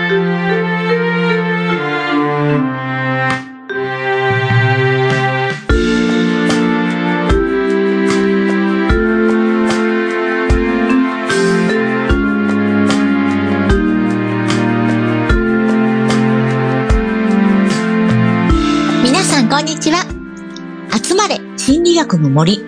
こんにちは。集まれ心理学の森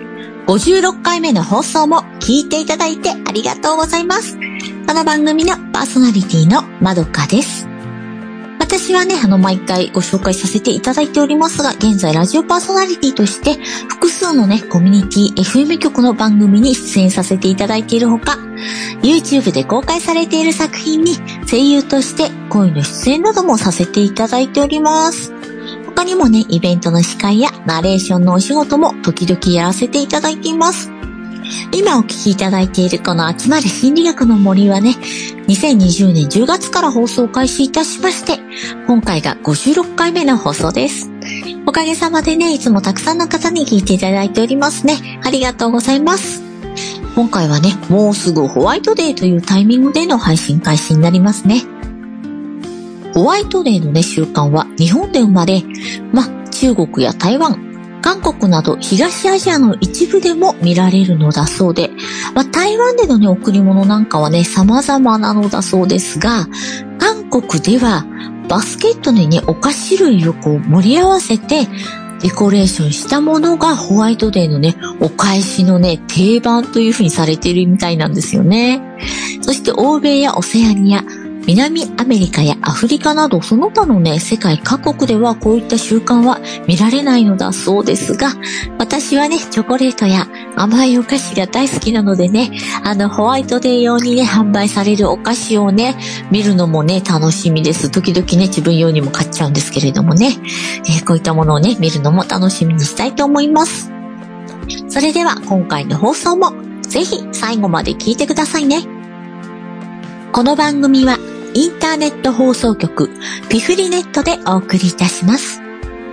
56回目の放送も聞いていただいてありがとうございます。この番組のパーソナリティのまどかです。私はね、毎回ご紹介させていただいておりますが、現在ラジオパーソナリティとして複数のね、コミュニティ FM 局の番組に出演させていただいているほか、YouTube で公開されている作品に声優として声の出演などもさせていただいております。他にもね、イベントの司会やナレーションのお仕事も時々やらせていただいています。今お聞きいただいているこの集まる心理学の森はね、2020年10月から放送開始いたしまして、今回が56回目の放送です。おかげさまでね、いつもたくさんの方に聞いていただいておりますね。ありがとうございます。今回はね、もうすぐホワイトデーというタイミングでの配信開始になりますね。ホワイトデーのね、習慣は日本で生まれ、中国や台湾、韓国など東アジアの一部でも見られるのだそうで、台湾でのね、贈り物なんかはね、様々なのだそうですが、韓国ではバスケットにね、お菓子類を盛り合わせてデコレーションしたものがホワイトデーのね、お返しのね、定番という風にされているみたいなんですよね。そして欧米やオセアニア、南アメリカやアフリカなどその他のね、世界各国ではこういった習慣は見られないのだそうですが、私はね、チョコレートや甘いお菓子が大好きなのでね、ホワイトデー用にね、販売されるお菓子をね、見るのもね、楽しみです。時々ね、自分用にも買っちゃうんですけれどもね、こういったものをね、見るのも楽しみにしたいと思います。それでは今回の放送もぜひ最後まで聞いてくださいね。この番組はインターネット放送局ピフリネットでお送りいたします。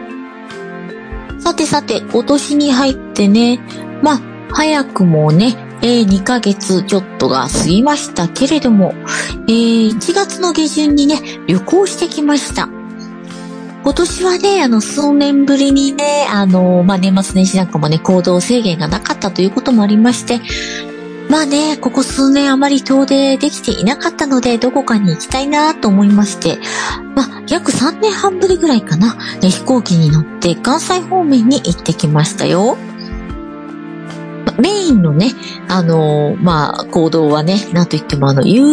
さて、今年に入ってね、早くもね、2ヶ月ちょっとが過ぎましたけれども、1月の下旬にね、旅行してきました。今年はね、数年ぶりにね、年末年始なんかもね、行動制限がなかったということもありまして、ここ数年あまり遠出できていなかったので、どこかに行きたいなと思いまして、約3年半ぶりぐらいかな、飛行機に乗って関西方面に行ってきましたよ。メインのね、行動はね、なんといっても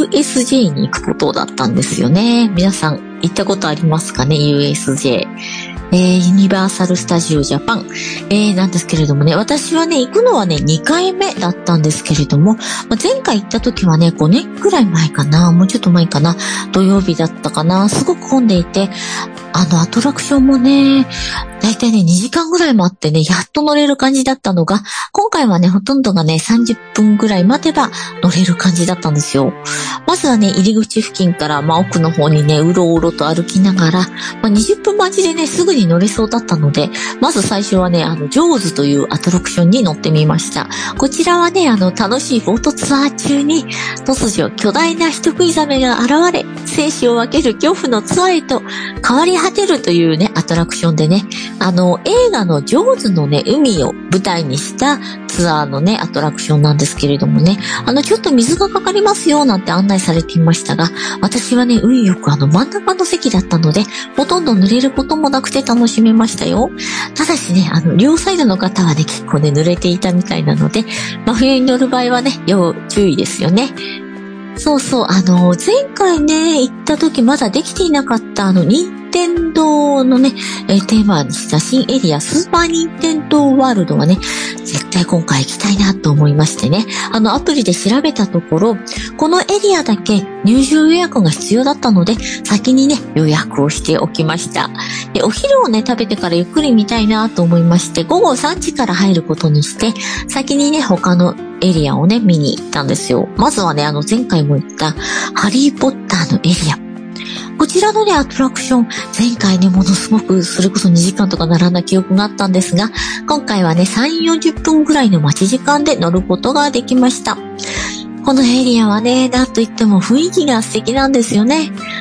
USJ に行くことだったんですよね。皆さん行ったことありますかね、USJ。ユニバーサルスタジオジャパン、なんですけれどもね、私はね、行くのはね、2回目だったんですけれども、前回行った時はね、5年くらい前かな、もうちょっと前かな、土曜日だったかな、すごく混んでいて、アトラクションもね、だいたいね、2時間ぐらい待ってね、やっと乗れる感じだったのが、今回はね、ほとんどがね、30分ぐらい待てば乗れる感じだったんですよ。まずはね、入り口付近から、奥の方にね、うろうろと歩きながら、20分待ちでね、すぐに乗れそうだったので、まず最初はね、ジョーズというアトラクションに乗ってみました。こちらはね、楽しいボートツアー中に、突如巨大な人食いザメが現れ、生死を分ける恐怖のツアーへと変わり果てるというね、アトラクションでね、映画のジョーズのね、海を舞台にしたツアーのね、アトラクションなんですけれどもね、ちょっと水がかかりますよなんて案内されていましたが、私はね、運よく真ん中の席だったので、ほとんど濡れることもなくて楽しめましたよ。ただしね、両サイドの方はね、結構ね、濡れていたみたいなので、冬に乗る場合はね、要注意ですよね。そうそう、前回ね、行った時まだできていなかった任天堂のね、テーマにした新エリア、スーパーニンテンドーワールドはね、絶対今回行きたいなと思いましてね、アプリで調べたところ、このエリアだけ入場予約が必要だったので、先にね、予約をしておきました。で、お昼をね、食べてからゆっくり見たいなと思いまして、午後3時から入ることにして、先にね、他のエリアをね、見に行ったんですよ。まずはね、前回も言ったハリーポッターのエリア。こちらのね、アトラクション、前回ね、ものすごくそれこそ2時間とか並んだ記憶があったんですが、今回はね、3、40分ぐらいの待ち時間で乗ることができました。このエリアはね、なんといっても雰囲気が素敵なんですよね。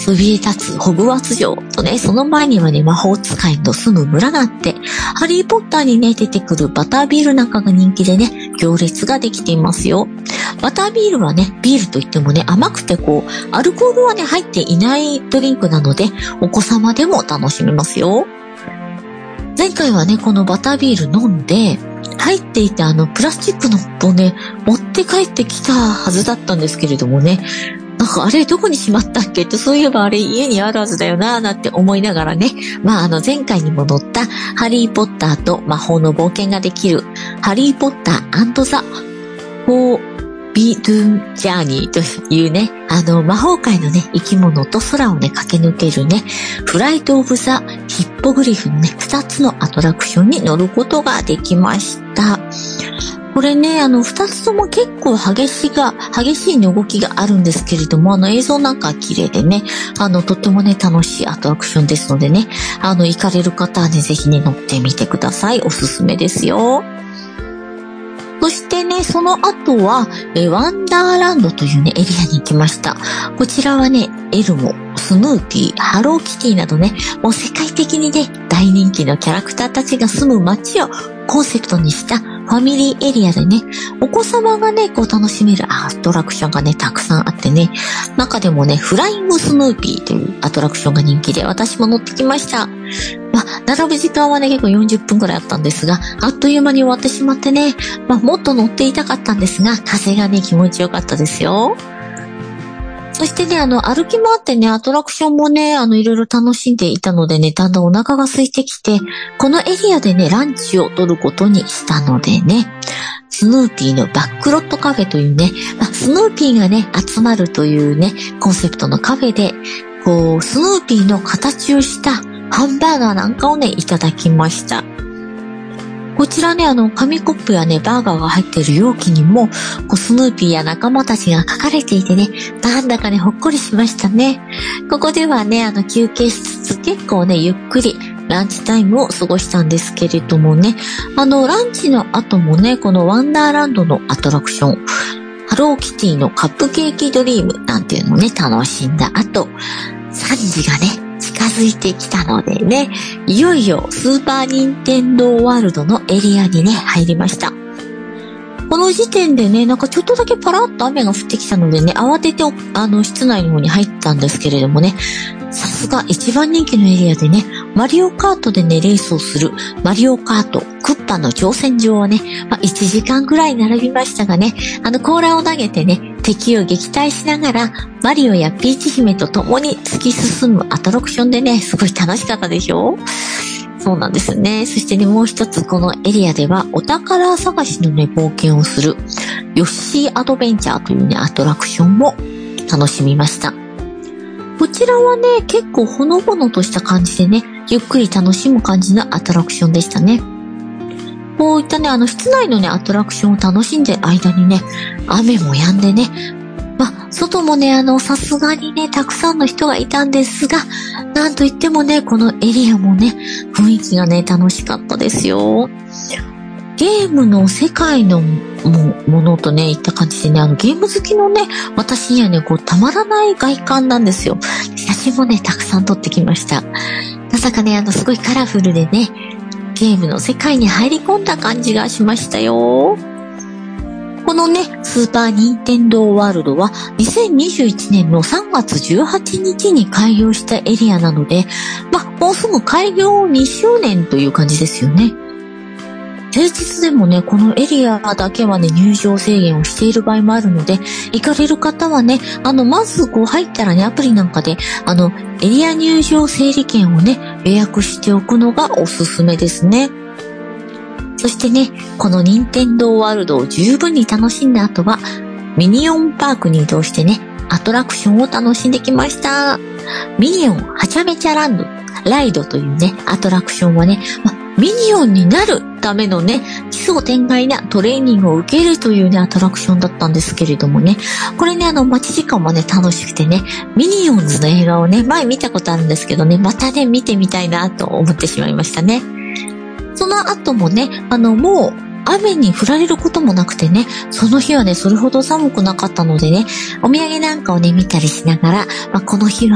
そびえ立つホグワーツ城とね、その前にはね、魔法使いの住む村があって、ハリーポッターにね、出てくるバタービールなんかが人気でね、行列ができていますよ。バタービールはね、ビールといってもね、甘くてアルコールはね、入っていないドリンクなので、お子様でも楽しめますよ。前回はね、このバタービール飲んで、入っていたプラスチックのをね、持って帰ってきたはずだったんですけれどもね、なんかあれどこにしまったっけって、そういえばあれ家にあるはずだよなーなんて思いながらね、前回にも載ったハリーポッターと魔法の冒険ができるハリーポッター&ザ・フォービドゥンジャーニーというね、魔法界のね、生き物と空をね、駆け抜けるね、フライトオブザ・ヒッポグリフのね、2つのアトラクションに乗ることができました。これね、2つとも結構激しい動きがあるんですけれども、映像なんか綺麗でね、とってもね、楽しいアトラクションですのでね、行かれる方はね、ぜひね、乗ってみてください。おすすめですよ。そしてね、その後は、ワンダーランドというね、エリアに行きました。こちらはね、エルモ、スヌーピー、ハローキティなどね、もう世界的にね、大人気のキャラクターたちが住む街をコンセプトにしたファミリーエリアでね、お子様がね、楽しめるアトラクションがね、たくさんあってね、中でもね、フライングスヌーピーというアトラクションが人気で、私も乗ってきました。並ぶ時間はね、結構40分くらいあったんですが、あっという間に終わってしまってね、もっと乗っていたかったんですが、風がね、気持ちよかったですよ。そしてね、歩き回ってね、アトラクションもね、いろいろ楽しんでいたのでね、だんだんお腹が空いてきて、このエリアでね、ランチを取ることにしたのでね、スヌーピーのバックロットカフェというね、スヌーピーがね、集まるというね、コンセプトのカフェで、スヌーピーの形をしたハンバーガーなんかをね、いただきました。こちらね、紙コップやね、バーガーが入っている容器にも、スヌーピーや仲間たちが書かれていてね、なんだかね、ほっこりしましたね。ここではね、休憩しつつ、結構ね、ゆっくりランチタイムを過ごしたんですけれどもね、ランチの後もね、このワンダーランドのアトラクション、ハローキティのカップケーキドリームなんていうのをね、楽しんだ後、3時がね、近づいてきたのでね、いよいよスーパーニンテンドーワールドのエリアにね、入りました。この時点でね、なんかちょっとだけパラッと雨が降ってきたのでね、慌てて室内の方に入ったんですけれどもね、さすが一番人気のエリアでね、マリオカートでね、レースをするマリオカートクッパの挑戦状はね、1時間くらい並びましたがね、甲羅を投げてね、敵を撃退しながら、マリオやピーチ姫と共に突き進むアトラクションでね、すごい楽しかったでしょ？そうなんですね。そしてね、もう一つこのエリアでは、お宝探しのね、冒険をする、ヨッシーアドベンチャーというね、アトラクションも楽しみました。こちらはね、結構ほのぼのとした感じでね、ゆっくり楽しむ感じのアトラクションでしたね。こういったね、室内のね、アトラクションを楽しんでる間にね、雨も止んでね、外もね、さすがにね、たくさんの人がいたんですが、なんといってもね、このエリアもね、雰囲気がね、楽しかったですよ。ゲームの世界のものとね、いった感じでね、ゲーム好きのね、私にはね、たまらない外観なんですよ。写真もね、たくさん撮ってきました。まさかね、すごいカラフルでね、ゲームの世界に入り込んだ感じがしましたよ。このね、スーパーニンテンドーワールドは2021年の3月18日に開業したエリアなので、もうすぐ開業2周年という感じですよね。平日でもね、このエリアだけはね、入場制限をしている場合もあるので、行かれる方はね、まず入ったらね、アプリなんかで、エリア入場整理券をね、予約しておくのがおすすめですね。そしてね、このニンテンドーワールドを十分に楽しんだ後は、ミニオンパークに移動してね、アトラクションを楽しんできました。ミニオンはちゃめちゃライドというね、アトラクションはね、ミニオンになるためのね、奇想天外なトレーニングを受けるというね、アトラクションだったんですけれどもね、これね、待ち時間もね、楽しくてね、ミニオンズの映画をね、前見たことあるんですけどね、またね、見てみたいなと思ってしまいましたね。その後もね、もう、雨に降られることもなくてね、その日はね、それほど寒くなかったのでね、お土産なんかをね、見たりしながら、この日はね、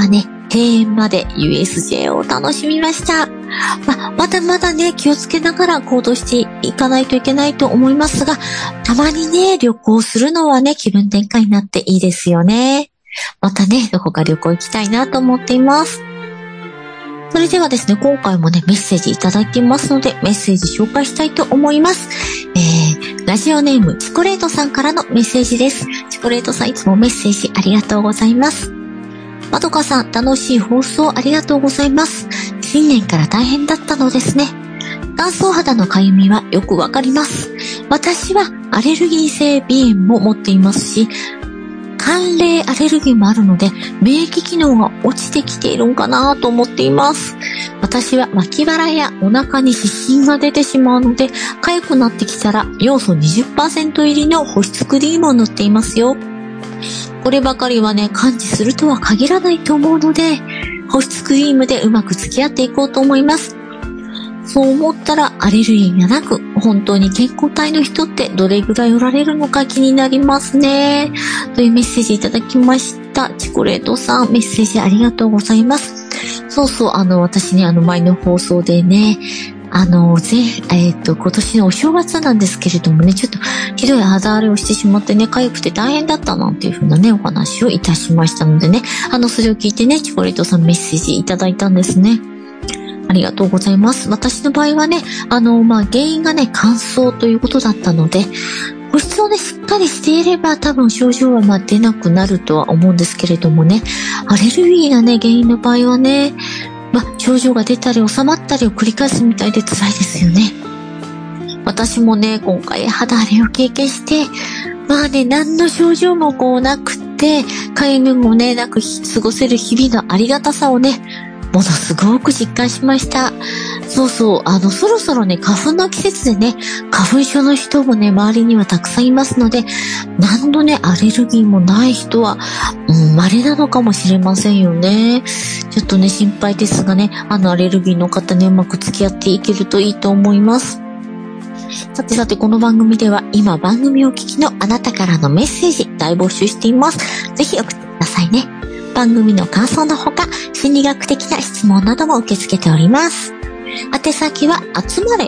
閉園まで USJ を楽しみました。まだまだね、気をつけながら行動していかないといけないと思いますが、たまにね、旅行するのはね、気分転換になっていいですよね。またね、どこか旅行行きたいなと思っています。それではですね、今回もね、メッセージいただいていますので、メッセージ紹介したいと思います。ラジオネーム、チコレートさんからのメッセージです。チコレートさん、いつもメッセージありがとうございます。まどかさん、楽しい放送ありがとうございます。新年から大変だったのですね。乾燥肌のかゆみはよくわかります。私はアレルギー性鼻炎も持っていますし、寒冷アレルギーもあるので、免疫機能が落ちてきているんかなと思っています。私は脇腹やお腹に湿疹が出てしまうので、痒くなってきたら要素 20% 入りの保湿クリームを塗っていますよ。こればかりはね、完治するとは限らないと思うので、保湿クリームでうまく付き合っていこうと思います。そう思ったらアレルギーがなく、本当に健康体の人ってどれぐらいおられるのか気になりますね。というメッセージいただきました。チコレートさん、メッセージありがとうございます。そうそう、私ね、前の放送でね、今年のお正月なんですけれどもね、ちょっとひどい肌荒れをしてしまってね、痒くて大変だったなんていう風なね、お話をいたしましたのでね、それを聞いてね、チコレートさんメッセージいただいたんですね。ありがとうございます。私の場合はね、原因がね、乾燥ということだったので、保湿をね、しっかりしていれば多分症状は出なくなるとは思うんですけれどもね、アレルギーがね、原因の場合はね、症状が出たり収まったりを繰り返すみたいで辛いですよね。私もね、今回肌荒れを経験して、何の症状もなくて、かゆみもね、なく過ごせる日々のありがたさをね、ものすごく実感しました。そうそう、そろそろね、花粉の季節でね、花粉症の人もね、周りにはたくさんいますので、何のね、アレルギーもない人は、稀なのかもしれませんよね。ちょっとね、心配ですがね、アレルギーの方ね、うまく付き合っていけるといいと思います。さて、この番組では、今番組を聞きのあなたからのメッセージ大募集しています。ぜひ送ってくださいね。番組の感想のほか、心理学的な質問なども受け付けております。宛先は、集まれ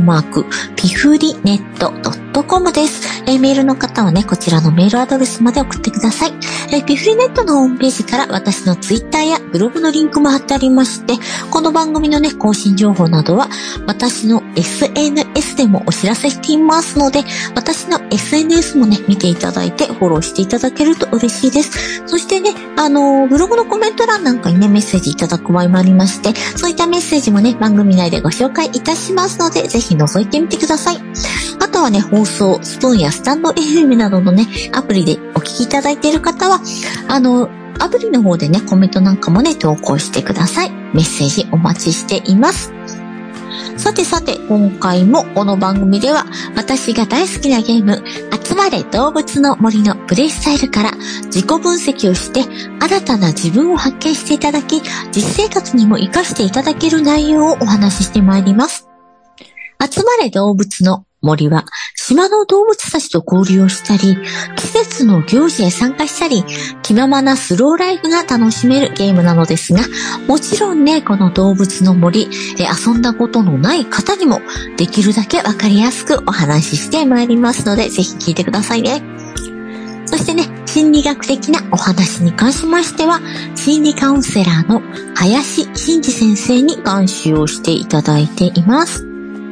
@pifrinet.com です。メールの方はね、こちらのメールアドレスまで送ってください。ピフリネットのホームページから私のツイッターやブログのリンクも貼ってありまして、この番組のね、更新情報などは、私の SNS でもお知らせしていますので、私の SNS もね、見ていただいて、フォローしていただけると嬉しいです。そしてね、ブログのコメント欄なんかにね、メッセージいただく場合もありまして、そういったメッセージもね、番組内でご紹介いたしますので、ぜひ覗いてみてください。あとはね、放送、スプーンやスタンド FM などのね、アプリでお聞きいただいている方は、アプリの方でね、コメントなんかもね、投稿してください。メッセージお待ちしています。さて、今回もこの番組では、私が大好きなゲーム、集まれ動物の森のプレイスタイルから自己分析をして、新たな自分を発見していただき、実生活にも活かしていただける内容をお話ししてまいります。集まれ動物の森は、島の動物たちと交流をしたり、季節の行事へ参加したり、気ままなスローライフが楽しめるゲームなのですが、もちろんね、この動物の森、遊んだことのない方にも、できるだけわかりやすくお話ししてまいりますので、ぜひ聞いてくださいね。そしてね、心理学的なお話に関しましては、心理カウンセラーの林真嗣先生に監修をしていただいています。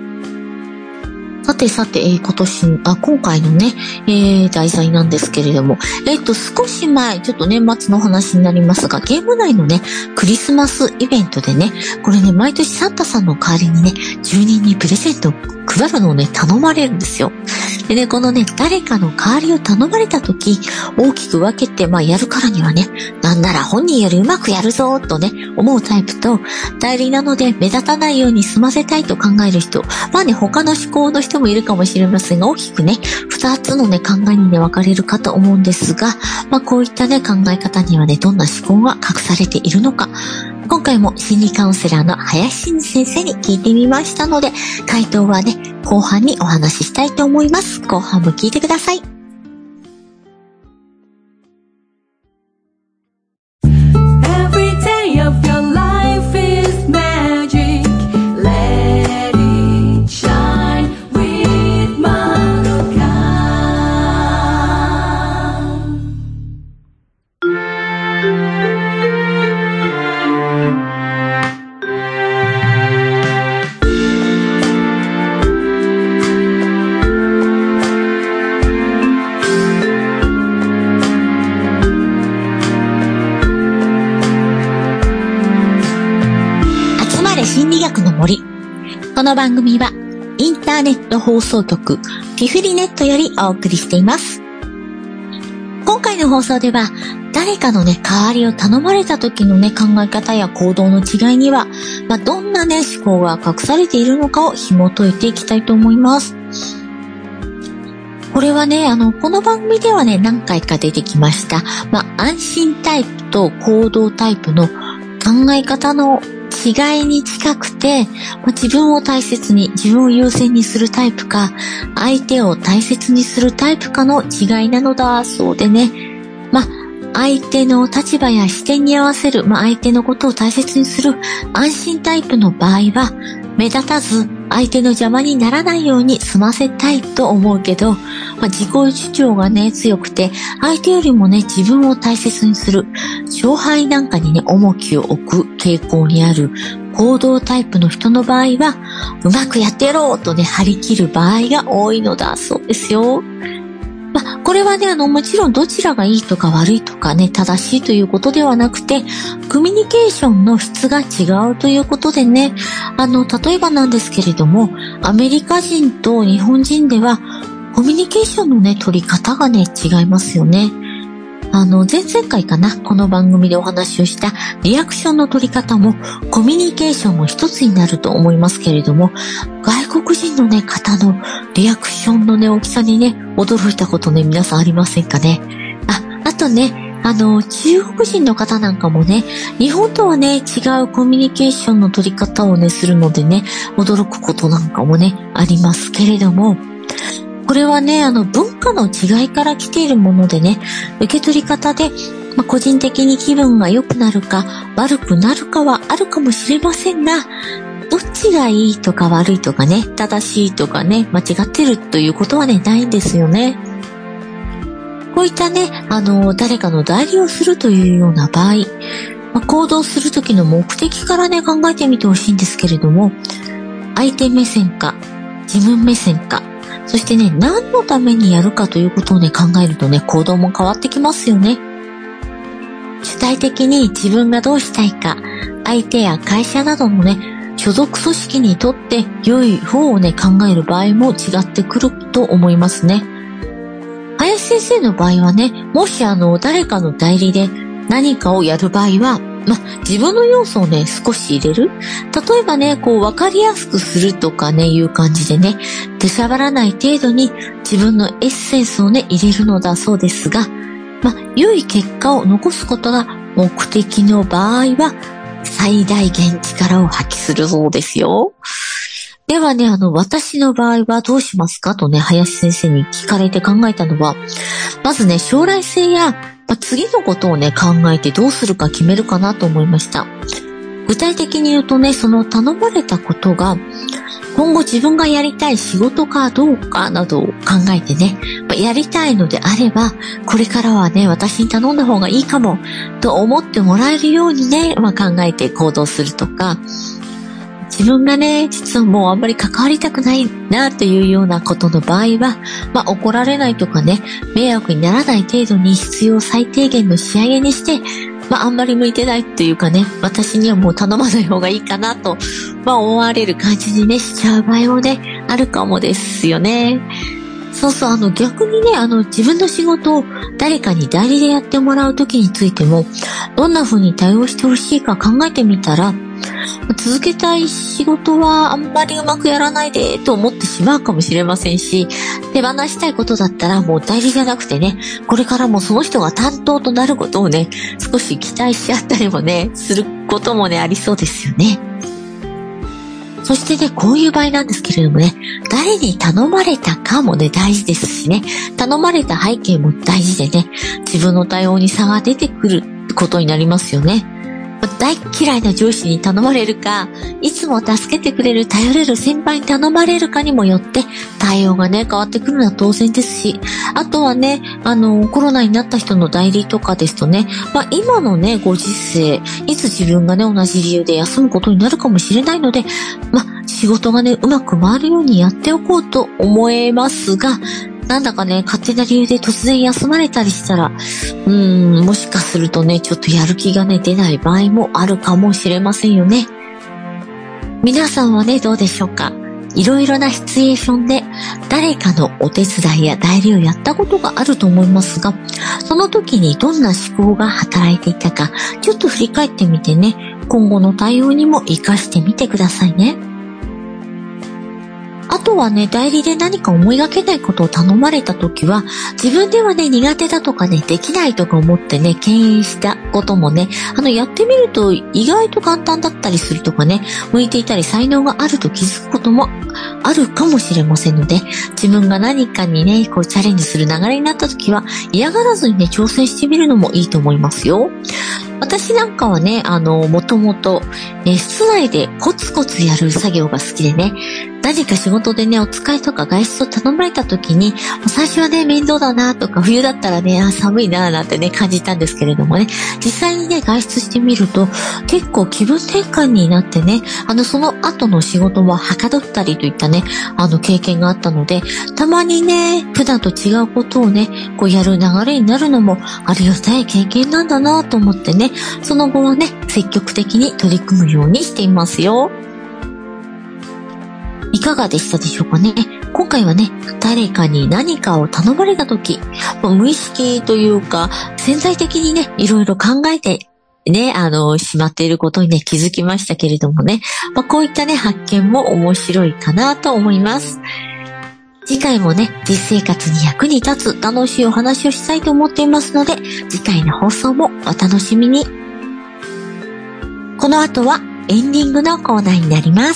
さて、今回のね、題材なんですけれども、少し前、ちょっと年末の話になりますが、ゲーム内のね、クリスマスイベントでね、これね、毎年サンタさんの代わりにね、住人にプレゼントを配るのをね、頼まれるんですよ。でね、このね、誰かの代わりを頼まれたとき、大きく分けて、やるからにはね、なんなら本人よりうまくやるぞ、とね、思うタイプと、代理なので目立たないように済ませたいと考える人、他の思考の人もいるかもしれませんが、大きくね、二つのね、考えにね、分かれるかと思うんですが、こういったね、考え方にはね、どんな思考が隠されているのか、今回も心理カウンセラーの林真嗣先生に聞いてみましたので、回答はね、後半にお話ししたいと思います。後半も聞いてください。 Every day れ心理学の森。この番組はインターネット放送局ピフリネットよりお送りしています。今回の放送では誰かの代わりを頼まれた時の考え方や行動の違いには、どんな思考が隠されているのかを紐解いていきたいと思います。これはこの番組では何回か出てきました。安心タイプと行動タイプの考え方の違いに近くて、自分を大切に、自分を優先にするタイプか、相手を大切にするタイプかの違いなのだそうでね。相手の立場や視点に合わせる、相手のことを大切にする安心タイプの場合は、目立たず相手の邪魔にならないように済ませたいと思うけど、自己主張が強くて、相手よりも自分を大切にする、勝敗なんかに重きを置く傾向にある行動タイプの人の場合は、うまくやってやろうと張り切る場合が多いのだそうですよ。これはもちろんどちらがいいとか悪いとか正しいということではなくて、コミュニケーションの質が違うということで例えばなんですけれども、アメリカ人と日本人では、コミュニケーションの取り方が違いますよね。前々回かな、この番組でお話をしたリアクションの取り方もコミュニケーションの一つになると思いますけれども、外国人の方のリアクションの大きさに驚いたこと皆さんありませんかね。あと中国人の方なんかも日本とは違うコミュニケーションの取り方をするので驚くことなんかもありますけれども、これは文化の違いから来ているもので受け取り方で、個人的に気分が良くなるか悪くなるかはあるかもしれませんが、どっちがいいとか悪いとか正しいとか間違ってるということはないんですよね。こういった誰かの代理をするというような場合、行動するときの目的から考えてみてほしいんですけれども、相手目線か自分目線か、そして何のためにやるかということを考えると行動も変わってきますよね。主体的に自分がどうしたいか、相手や会社などの所属組織にとって良い方を考える場合も違ってくると思いますね。林先生の場合はもし誰かの代理で何かをやる場合は、自分の要素を少し入れる。例えばわかりやすくするとかいう感じで出しゃばらない程度に自分のエッセンスを入れるのだそうですが、良い結果を残すことが目的の場合は、最大限力を発揮するそうですよ。では私の場合はどうしますかと林先生に聞かれて考えたのは、まず将来性や次のことを考えてどうするか決めるかなと思いました。具体的に言うとその頼まれたことが今後自分がやりたい仕事かどうかなどを考えてやりたいのであれば、これからは私に頼んだ方がいいかもと思ってもらえるように考えて行動するとか、自分が実はもうあんまり関わりたくないなというようなことの場合は、怒られないとか迷惑にならない程度に必要最低限の仕上げにして、あんまり向いてないっていうか私にはもう頼まない方がいいかなと、思われる感じにしちゃう場合もあるかもですよね。そうそう、逆に自分の仕事を誰かに代理でやってもらうときについても、どんな風に対応してほしいか考えてみたら、続けたい仕事はあんまりうまくやらないでと思ってしまうかもしれませんし、手放したいことだったらもう代理じゃなくてこれからもその人が担当となることを少し期待しちゃったりもすることもありそうですよね。そしてこういう場合なんですけれども誰に頼まれたかも大事ですし頼まれた背景も大事で自分の対応に差が出てくることになりますよね。大嫌いな上司に頼まれるか、いつも助けてくれる頼れる先輩に頼まれるかにもよって対応が変わってくるのは当然ですし、あとはコロナになった人の代理とかですと今のご時世、いつ自分が同じ理由で休むことになるかもしれないので、仕事がうまく回るようにやっておこうと思えますが、なんだか勝手な理由で突然休まれたりしたら、もしかするとちょっとやる気が出ない場合もあるかもしれませんよね。 皆さんはね、どうでしょうか？いろいろなシチュエーションで誰かのお手伝いや代理をやったことがあると思いますが、その時にどんな思考が働いていたか、ちょっと振り返ってみてね、今後の対応にも活かしてみてくださいね。あとはね、代理で何か思いがけないことを頼まれた時は、自分ではね、苦手だとかね、できないとか思ってね、敬遠したこともね、やってみると意外と簡単だったりするとかね、向いていたり才能があると気づくこともあるかもしれませんので、自分が何かにね、チャレンジする流れになった時は、嫌がらずにね、挑戦してみるのもいいと思いますよ。私なんかはね、もともと、室内でコツコツやる作業が好きでね、何か仕事でね、お使いとか外出を頼まれた時に、最初はね、面倒だなとか、冬だったらね、寒いななんてね、感じたんですけれどもね、実際にね、外出してみると、結構気分転換になってね、その後の仕事もはかどったりといったね、経験があったので、たまにね、普段と違うことをね、やる流れになるのも、ありがたい経験なんだなと思ってね、その後はね、積極的に取り組むようにしていますよ。いかがでしたでしょうかね。今回はね、誰かに何かを頼まれたとき、無意識というか、潜在的にね、いろいろ考えてね、しまっていることにね、気づきましたけれどもね、こういったね、発見も面白いかなと思います。次回もね、実生活に役に立つ楽しいお話をしたいと思っていますので、次回の放送もお楽しみに。この後はエンディングのコーナーになります。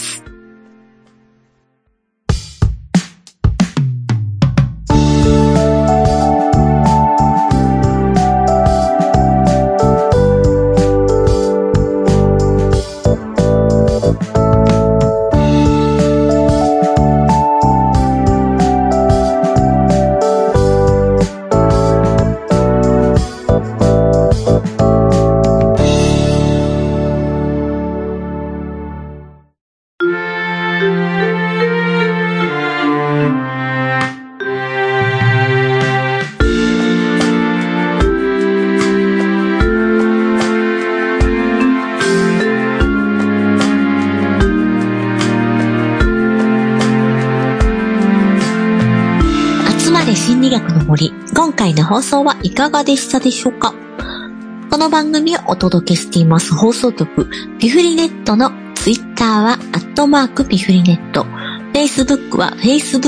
心理学の森、今回の放送はいかがでしたでしょうか？この番組をお届けしています放送局ピフリネットのツイッターは@ピフリネット、Facebook は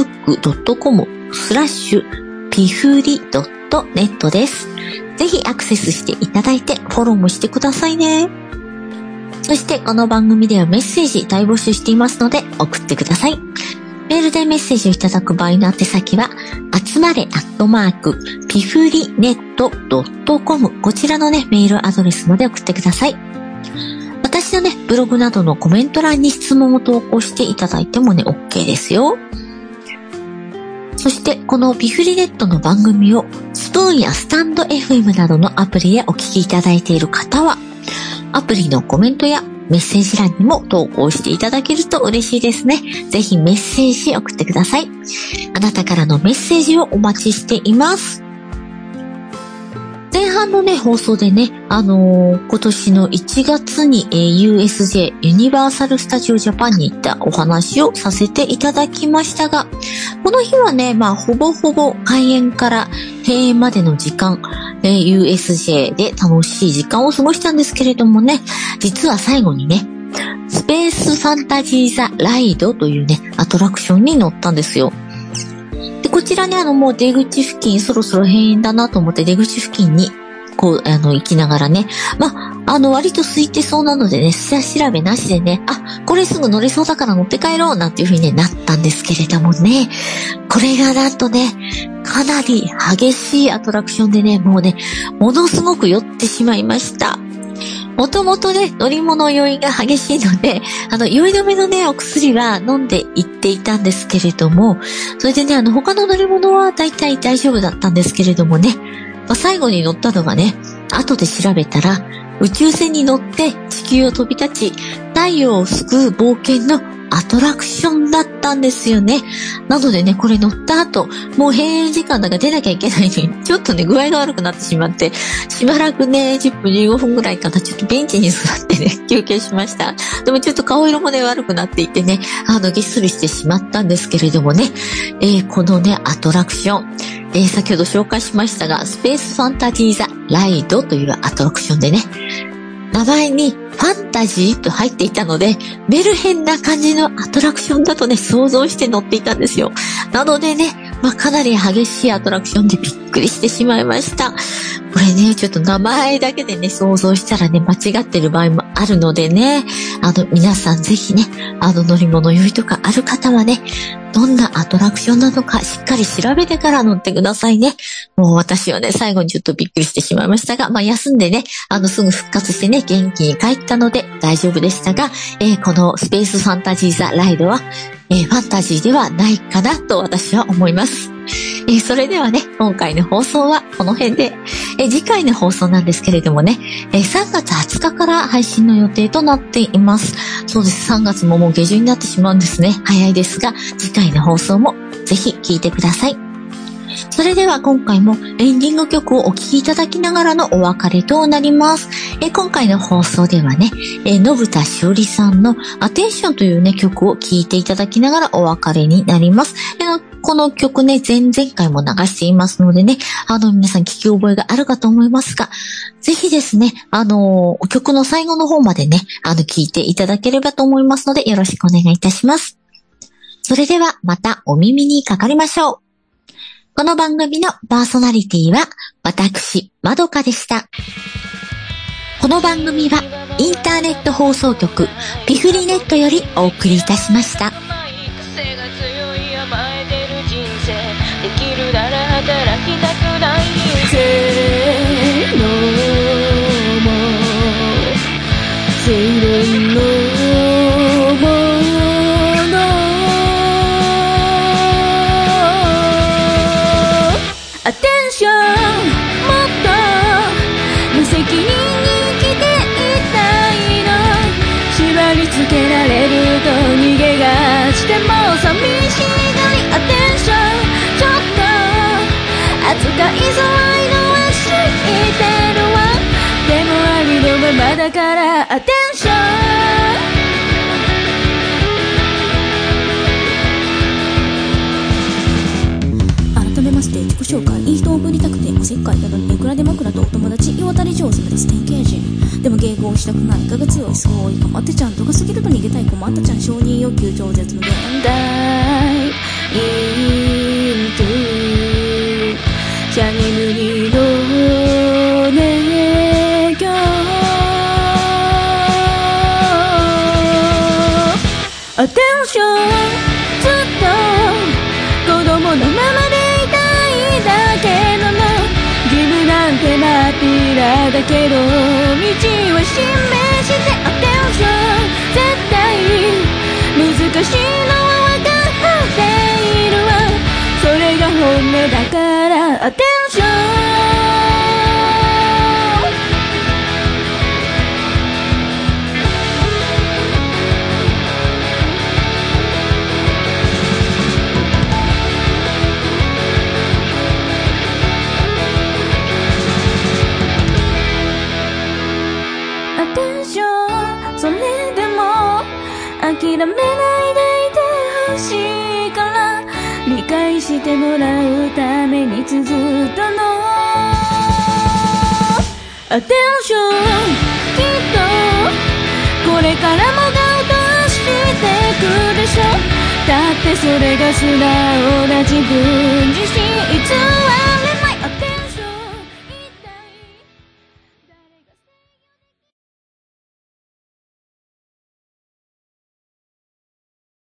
facebook.com/ピフリ.net です。ぜひアクセスしていただいてフォローもしてくださいね。そしてこの番組ではメッセージ大募集していますので送ってください。メールでメッセージをいただく場合の宛先は、集まれピフリネット.com、こちらのね、メールアドレスまで送ってください。私のね、ブログなどのコメント欄に質問を投稿していただいてもね、OK ですよ。そして、このピフリネットの番組を、スプーンやスタンド FM などのアプリでお聞きいただいている方は、アプリのコメントやメッセージ欄にも投稿していただけると嬉しいですね。ぜひメッセージ送ってください。あなたからのメッセージをお待ちしています。前半のね、放送でね、今年の1月に、USJ、ユニバーサル・スタジオ・ジャパンに行ったお話をさせていただきましたが、この日はね、ほぼほぼ開園から閉園までの時間、USJ で楽しい時間を過ごしたんですけれどもね、実は最後にね、スペースファンタジーザライドというね、アトラクションに乗ったんですよ。で、こちらね、もう出口付近、そろそろ閉園だなと思って出口付近に、行きながらね、割と空いてそうなのでね、下調べなしでね、これすぐ乗れそうだから乗って帰ろうなんていう風になったんですけれどもね、これがなんとね、かなり激しいアトラクションでね、もうね、ものすごく酔ってしまいました。もともとね、乗り物酔いが激しいので、酔い止めのね、お薬は飲んでいっていたんですけれども、それでね、他の乗り物は大体大丈夫だったんですけれどもね、最後に乗ったのがね、後で調べたら、宇宙船に乗って地球を飛び立ち、太陽を救う冒険のアトラクションだったんですよね。なのでね、これ乗った後、もう閉園時間だから出なきゃいけないのに、ちょっとね、具合が悪くなってしまって、しばらくね、10分15分ぐらいかな、ちょっとベンチに座ってね、休憩しました。でもちょっと顔色もね、悪くなっていてね、げっそりしてしまったんですけれどもね、このね、アトラクション、先ほど紹介しましたが、スペースファンタジーザライドというアトラクションでね、名前にファンタジーと入っていたので、メルヘンな感じのアトラクションだとね、想像して乗っていたんですよ。なのでね、かなり激しいアトラクションでびっくりしてしまいました。これね、ちょっと名前だけでね、想像したらね、間違ってる場合もあるのでね、皆さんぜひね、乗り物酔いとかある方はね、どんなアトラクションなのかしっかり調べてから乗ってくださいね。もう私はね、最後にちょっとびっくりしてしまいましたが、休んでね、すぐ復活してね、元気に帰ったので大丈夫でしたが、このスペースファンタジーザライドは、ファンタジーではないかなと私は思います。それではね、今回の放送はこの辺で、次回の放送なんですけれどもね、3月20日から配信の予定となっています。そうです、3月ももう下旬になってしまうんですね。早いですが、次回の放送もぜひ聞いてください。それでは今回もエンディング曲をお聴きいただきながらのお別れとなります。今回の放送ではね、信田しおりさんのアテンションというね曲を聴いていただきながらお別れになります。この曲ね、前々回も流していますのでね、皆さん聞き覚えがあるかと思いますが、ぜひですね、曲の最後の方までね、聞いていただければと思いますのでよろしくお願いいたします。それではまたお耳にかかりましょう。この番組のパーソナリティは私、まどかでした。この番組はインターネット放送局ピフリネットよりお送りいたしました。 できるなら働きたくないせーのも正論のものアテンションもっと無責任に生きていたいの縛り付けられると逃げがちでも寂しいのにアテンション扱いづらいのは知ってるわでもありのままだからアテンション改めまして自己紹介いい人を振りたくておせっかいなのにいくらで枕とお友達世渡り上手なです典型人でも迎合したくないかが強いすごいかまってちゃんとが過ぎると逃げたい困ったちゃん承認欲求超絶の現代シャニムニの熱狂アテンションずっと子供のままでいたいだけなの義務なんてまっぴらだけど道は示してアテンション絶対難しいのは分かっているわそれが本音だからアテンションアテンションそれでも諦めないでいてほしいから理解してもらうために続いたのアテンションきっとこれからもガウトしていくでしょだってそれが素直な自分自身偽ら